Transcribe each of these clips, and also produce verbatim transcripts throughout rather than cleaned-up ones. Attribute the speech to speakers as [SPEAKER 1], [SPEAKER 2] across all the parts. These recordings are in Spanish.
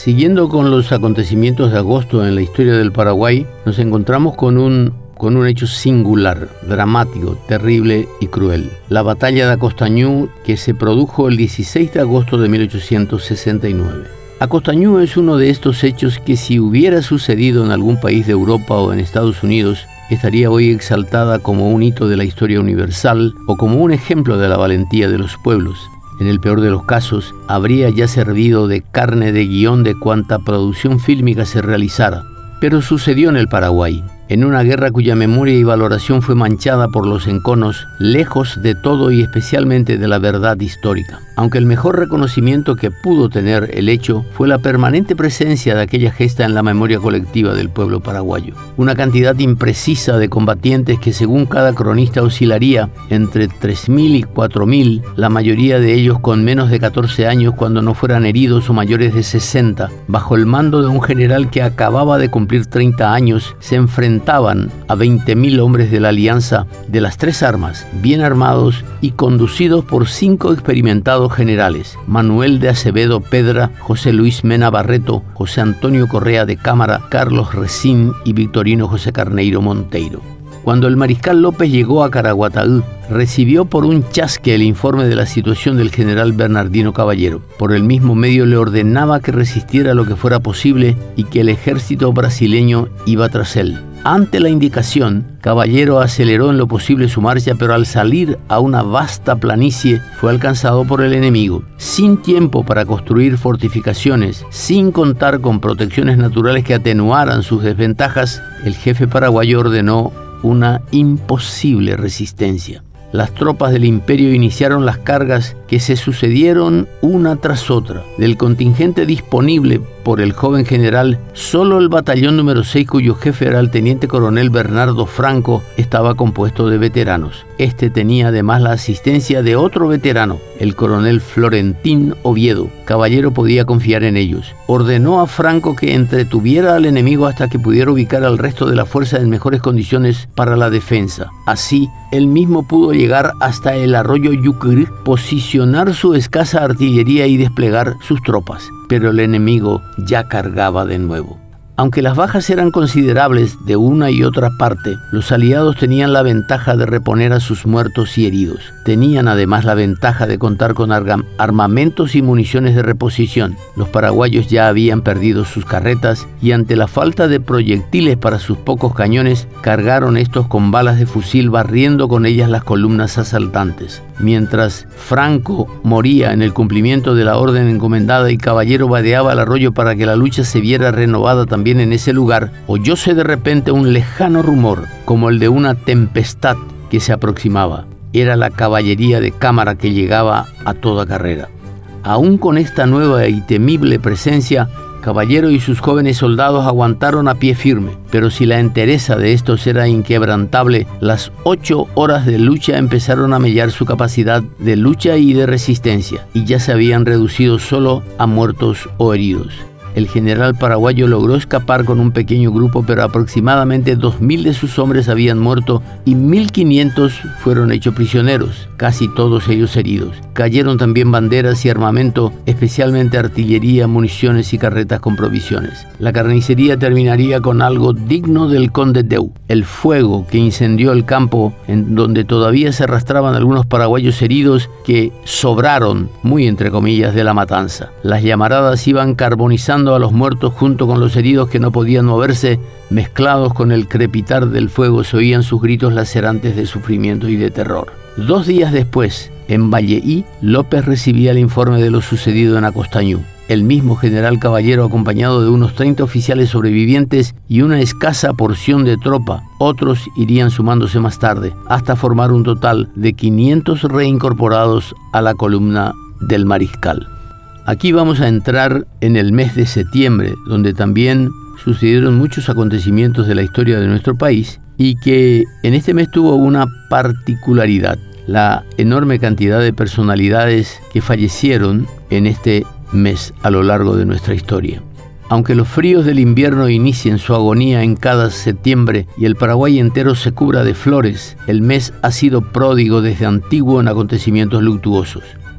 [SPEAKER 1] Siguiendo con los acontecimientos de agosto en la historia del Paraguay, nos encontramos con un, con un hecho singular, dramático, terrible y cruel. La batalla de Acostañú, que se produjo el dieciséis de agosto de mil ochocientos sesenta y nueve. Acostañú es uno de estos hechos que, si hubiera sucedido en algún país de Europa o en Estados Unidos, estaría hoy exaltada como un hito de la historia universal o como un ejemplo de la valentía de los pueblos. En el peor de los casos, habría ya servido de carne de guión de cuanta producción fílmica se realizara. Pero sucedió en el Paraguay, en una guerra cuya memoria y valoración fue manchada por los enconos, lejos de todo y especialmente de la verdad histórica. Aunque el mejor reconocimiento que pudo tener el hecho fue la permanente presencia de aquella gesta en la memoria colectiva del pueblo paraguayo. Una cantidad imprecisa de combatientes que, según cada cronista, oscilaría entre tres mil y cuatro mil, la mayoría de ellos con menos de catorce años cuando no fueran heridos o mayores de sesenta, bajo el mando de un general que acababa de cumplir treinta años, se enfrentaban a veinte mil hombres de la alianza de las tres armas, bien armados y conducidos por cinco experimentados generales: Manuel de Acevedo Pedra, José Luis Mena Barreto, José Antonio Correa de Cámara, Carlos Resín y Victorino José Carneiro Monteiro. Cuando el mariscal López llegó a Caraguataú, recibió por un chasque el informe de la situación del general Bernardino Caballero. Por el mismo medio le ordenaba que resistiera lo que fuera posible y que el ejército brasileño iba tras él. Ante la indicación, Caballero aceleró en lo posible su marcha, pero al salir a una vasta planicie fue alcanzado por el enemigo. Sin tiempo para construir fortificaciones, sin contar con protecciones naturales que atenuaran sus desventajas, el jefe paraguayo ordenó una imposible resistencia. Las tropas del imperio iniciaron las cargas que se sucedieron una tras otra. Del contingente disponible por el joven general, solo el batallón número seis, cuyo jefe era el teniente coronel Bernardo Franco, estaba compuesto de veteranos. Este tenía además la asistencia de otro veterano, el coronel Florentín Oviedo. Caballero podía confiar en ellos. Ordenó a Franco que entretuviera al enemigo hasta que pudiera ubicar al resto de la fuerza en mejores condiciones para la defensa. Así, él mismo pudo llegar hasta el arroyo Yucur, posicionar su escasa artillería y desplegar sus tropas. Pero el enemigo ya cargaba de nuevo. Aunque las bajas eran considerables de una y otra parte, los aliados tenían la ventaja de reponer a sus muertos y heridos. Tenían además la ventaja de contar con armamentos y municiones de reposición. Los paraguayos ya habían perdido sus carretas y, ante la falta de proyectiles para sus pocos cañones, cargaron estos con balas de fusil, barriendo con ellas las columnas asaltantes. Mientras Franco moría en el cumplimiento de la orden encomendada y Caballero vadeaba el arroyo para que la lucha se viera renovada también en ese lugar, oyóse de repente un lejano rumor, como el de una tempestad que se aproximaba. Era la caballería de Cámara que llegaba a toda carrera. Aún con esta nueva y temible presencia, Caballero y sus jóvenes soldados aguantaron a pie firme, pero si la entereza de estos era inquebrantable, las ocho horas de lucha empezaron a mellar su capacidad de lucha y de resistencia, y ya se habían reducido solo a muertos o heridos. El general paraguayo logró escapar con un pequeño grupo, pero aproximadamente dos mil de sus hombres habían muerto y mil quinientos fueron hechos prisioneros, casi todos ellos heridos. Cayeron también banderas y armamento, especialmente artillería, municiones y carretas con provisiones. La carnicería terminaría con algo digno del Conde Deu. El fuego que incendió el campo, en donde todavía se arrastraban algunos paraguayos heridos que sobraron, muy entre comillas, de la matanza. Las llamaradas iban carbonizando a los muertos junto con los heridos que no podían moverse. Mezclados con el crepitar del fuego se oían sus gritos lacerantes de sufrimiento y de terror. Dos días después, en Valleí, López recibía el informe de lo sucedido en Acostañú. El mismo general Caballero, acompañado de unos treinta oficiales sobrevivientes y una escasa porción de tropa, otros irían sumándose más tarde, hasta formar un total de quinientos reincorporados a la columna del mariscal. Aquí vamos a entrar en el mes de septiembre, donde también sucedieron muchos acontecimientos de la historia de nuestro país y que en este mes tuvo una particularidad: la enorme cantidad de personalidades que fallecieron en este mes a lo largo de nuestra historia. Aunque los fríos del invierno inicien su agonía en cada septiembre y el Paraguay entero se cubra de flores, el mes ha sido pródigo desde antiguo en acontecimientos luctuosos.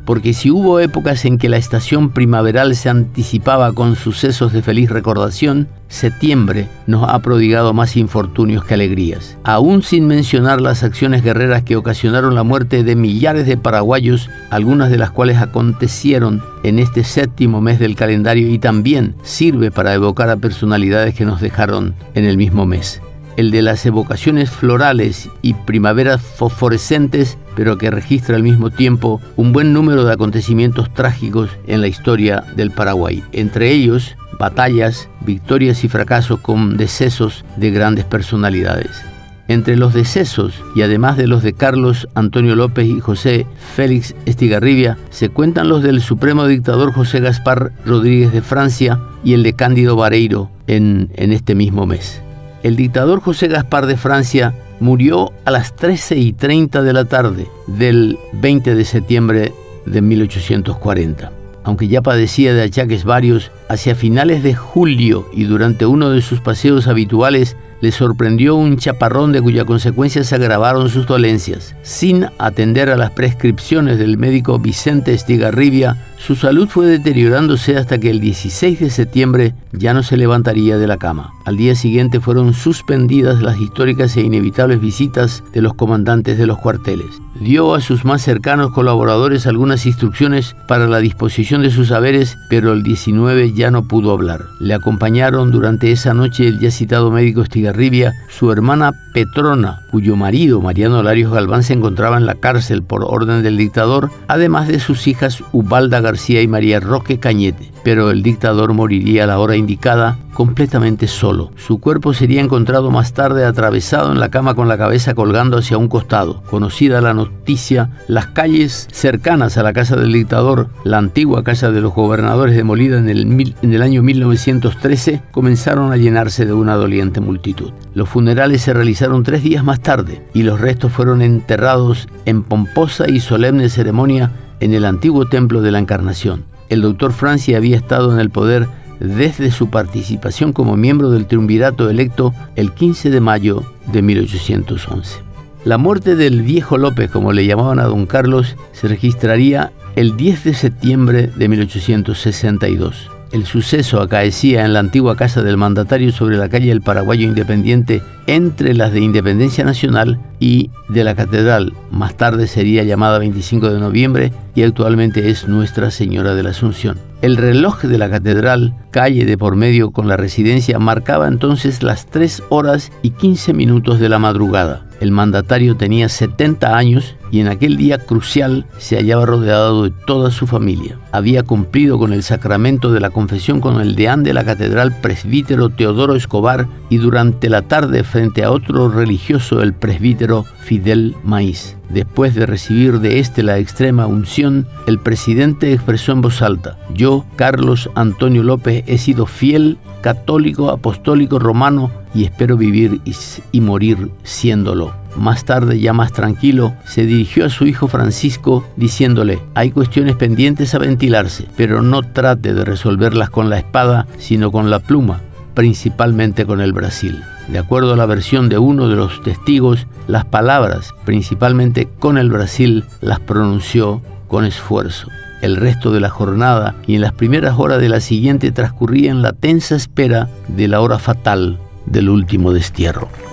[SPEAKER 1] porque si hubo épocas en que la estación primaveral se anticipaba con sucesos de feliz recordación, septiembre nos ha prodigado más infortunios que alegrías. Aún sin mencionar las acciones guerreras que ocasionaron la muerte de millares de paraguayos, algunas de las cuales acontecieron en este séptimo mes del calendario, y también sirve para evocar a personalidades que nos dejaron en el mismo mes. El de las evocaciones florales y primaveras fosforescentes, pero que registra al mismo tiempo un buen número de acontecimientos trágicos en la historia del Paraguay. Entre ellos, batallas, victorias y fracasos con decesos de grandes personalidades. Entre los decesos, y además de los de Carlos Antonio López y José Félix Estigarribia, se cuentan los del supremo dictador José Gaspar Rodríguez de Francia y el de Cándido Bareiro en, en este mismo mes. El dictador José Gaspar de Francia murió a las trece y treinta de la tarde del veinte de septiembre de mil ochocientos cuarenta. Aunque ya padecía de achaques varios, hacia finales de julio y durante uno de sus paseos habituales le sorprendió un chaparrón de cuya consecuencia se agravaron sus dolencias. Sin atender a las prescripciones del médico Vicente Estigarribia, su salud fue deteriorándose hasta que el dieciséis de septiembre ya no se levantaría de la cama. Al día siguiente fueron suspendidas las históricas e inevitables visitas de los comandantes de los cuarteles. Dio a sus más cercanos colaboradores algunas instrucciones para la disposición de sus haberes, pero el diecinueve ya no pudo hablar. Le acompañaron durante esa noche el ya citado médico Estigarribia, su hermana Petrona, cuyo marido, Mariano Larios Galván, se encontraba en la cárcel por orden del dictador, además de sus hijas Ubalda García y María Roque Cañete. Pero el dictador moriría a la hora indicada, completamente solo. Su cuerpo sería encontrado más tarde atravesado en la cama con la cabeza colgando hacia un costado. Conocida la noticia, las calles cercanas a la casa del dictador, la antigua casa de los gobernadores demolida en el, mil, en el año mil novecientos trece, comenzaron a llenarse de una doliente multitud. Los funerales se realizaron tres días más tarde y los restos fueron enterrados en pomposa y solemne ceremonia en el antiguo templo de la Encarnación. El doctor Francia había estado en el poder desde su participación como miembro del triunvirato electo el quince de mayo de mil ochocientos once. La muerte del viejo López, como le llamaban a don Carlos, se registraría el diez de septiembre de mil ochocientos sesenta y dos. El suceso acaecía en la antigua casa del mandatario sobre la calle del Paraguayo Independiente, entre las de Independencia Nacional y de la Catedral. Más tarde sería llamada veinticinco de noviembre y actualmente es Nuestra Señora de la Asunción. El reloj de la Catedral, calle de por medio con la residencia, marcaba entonces las tres horas y quince minutos de la madrugada. El mandatario tenía setenta años y en aquel día crucial se hallaba rodeado de toda su familia. Había cumplido con el sacramento de la confesión con el deán de la catedral, presbítero Teodoro Escobar, y durante la tarde frente a otro religioso, el presbítero Fidel Maíz. Después de recibir de éste la extrema unción, el presidente expresó en voz alta: yo, Carlos Antonio López, he sido fiel, católico, apostólico, romano y espero vivir y, y morir siéndolo. Más tarde, ya más tranquilo, se dirigió a su hijo Francisco diciéndole: hay cuestiones pendientes a ventilarse, pero no trate de resolverlas con la espada, sino con la pluma, principalmente con el Brasil. De acuerdo a la versión de uno de los testigos, las palabras, principalmente con el Brasil, las pronunció con esfuerzo. El resto de la jornada y en las primeras horas de la siguiente transcurría en la tensa espera de la hora fatal del último destierro.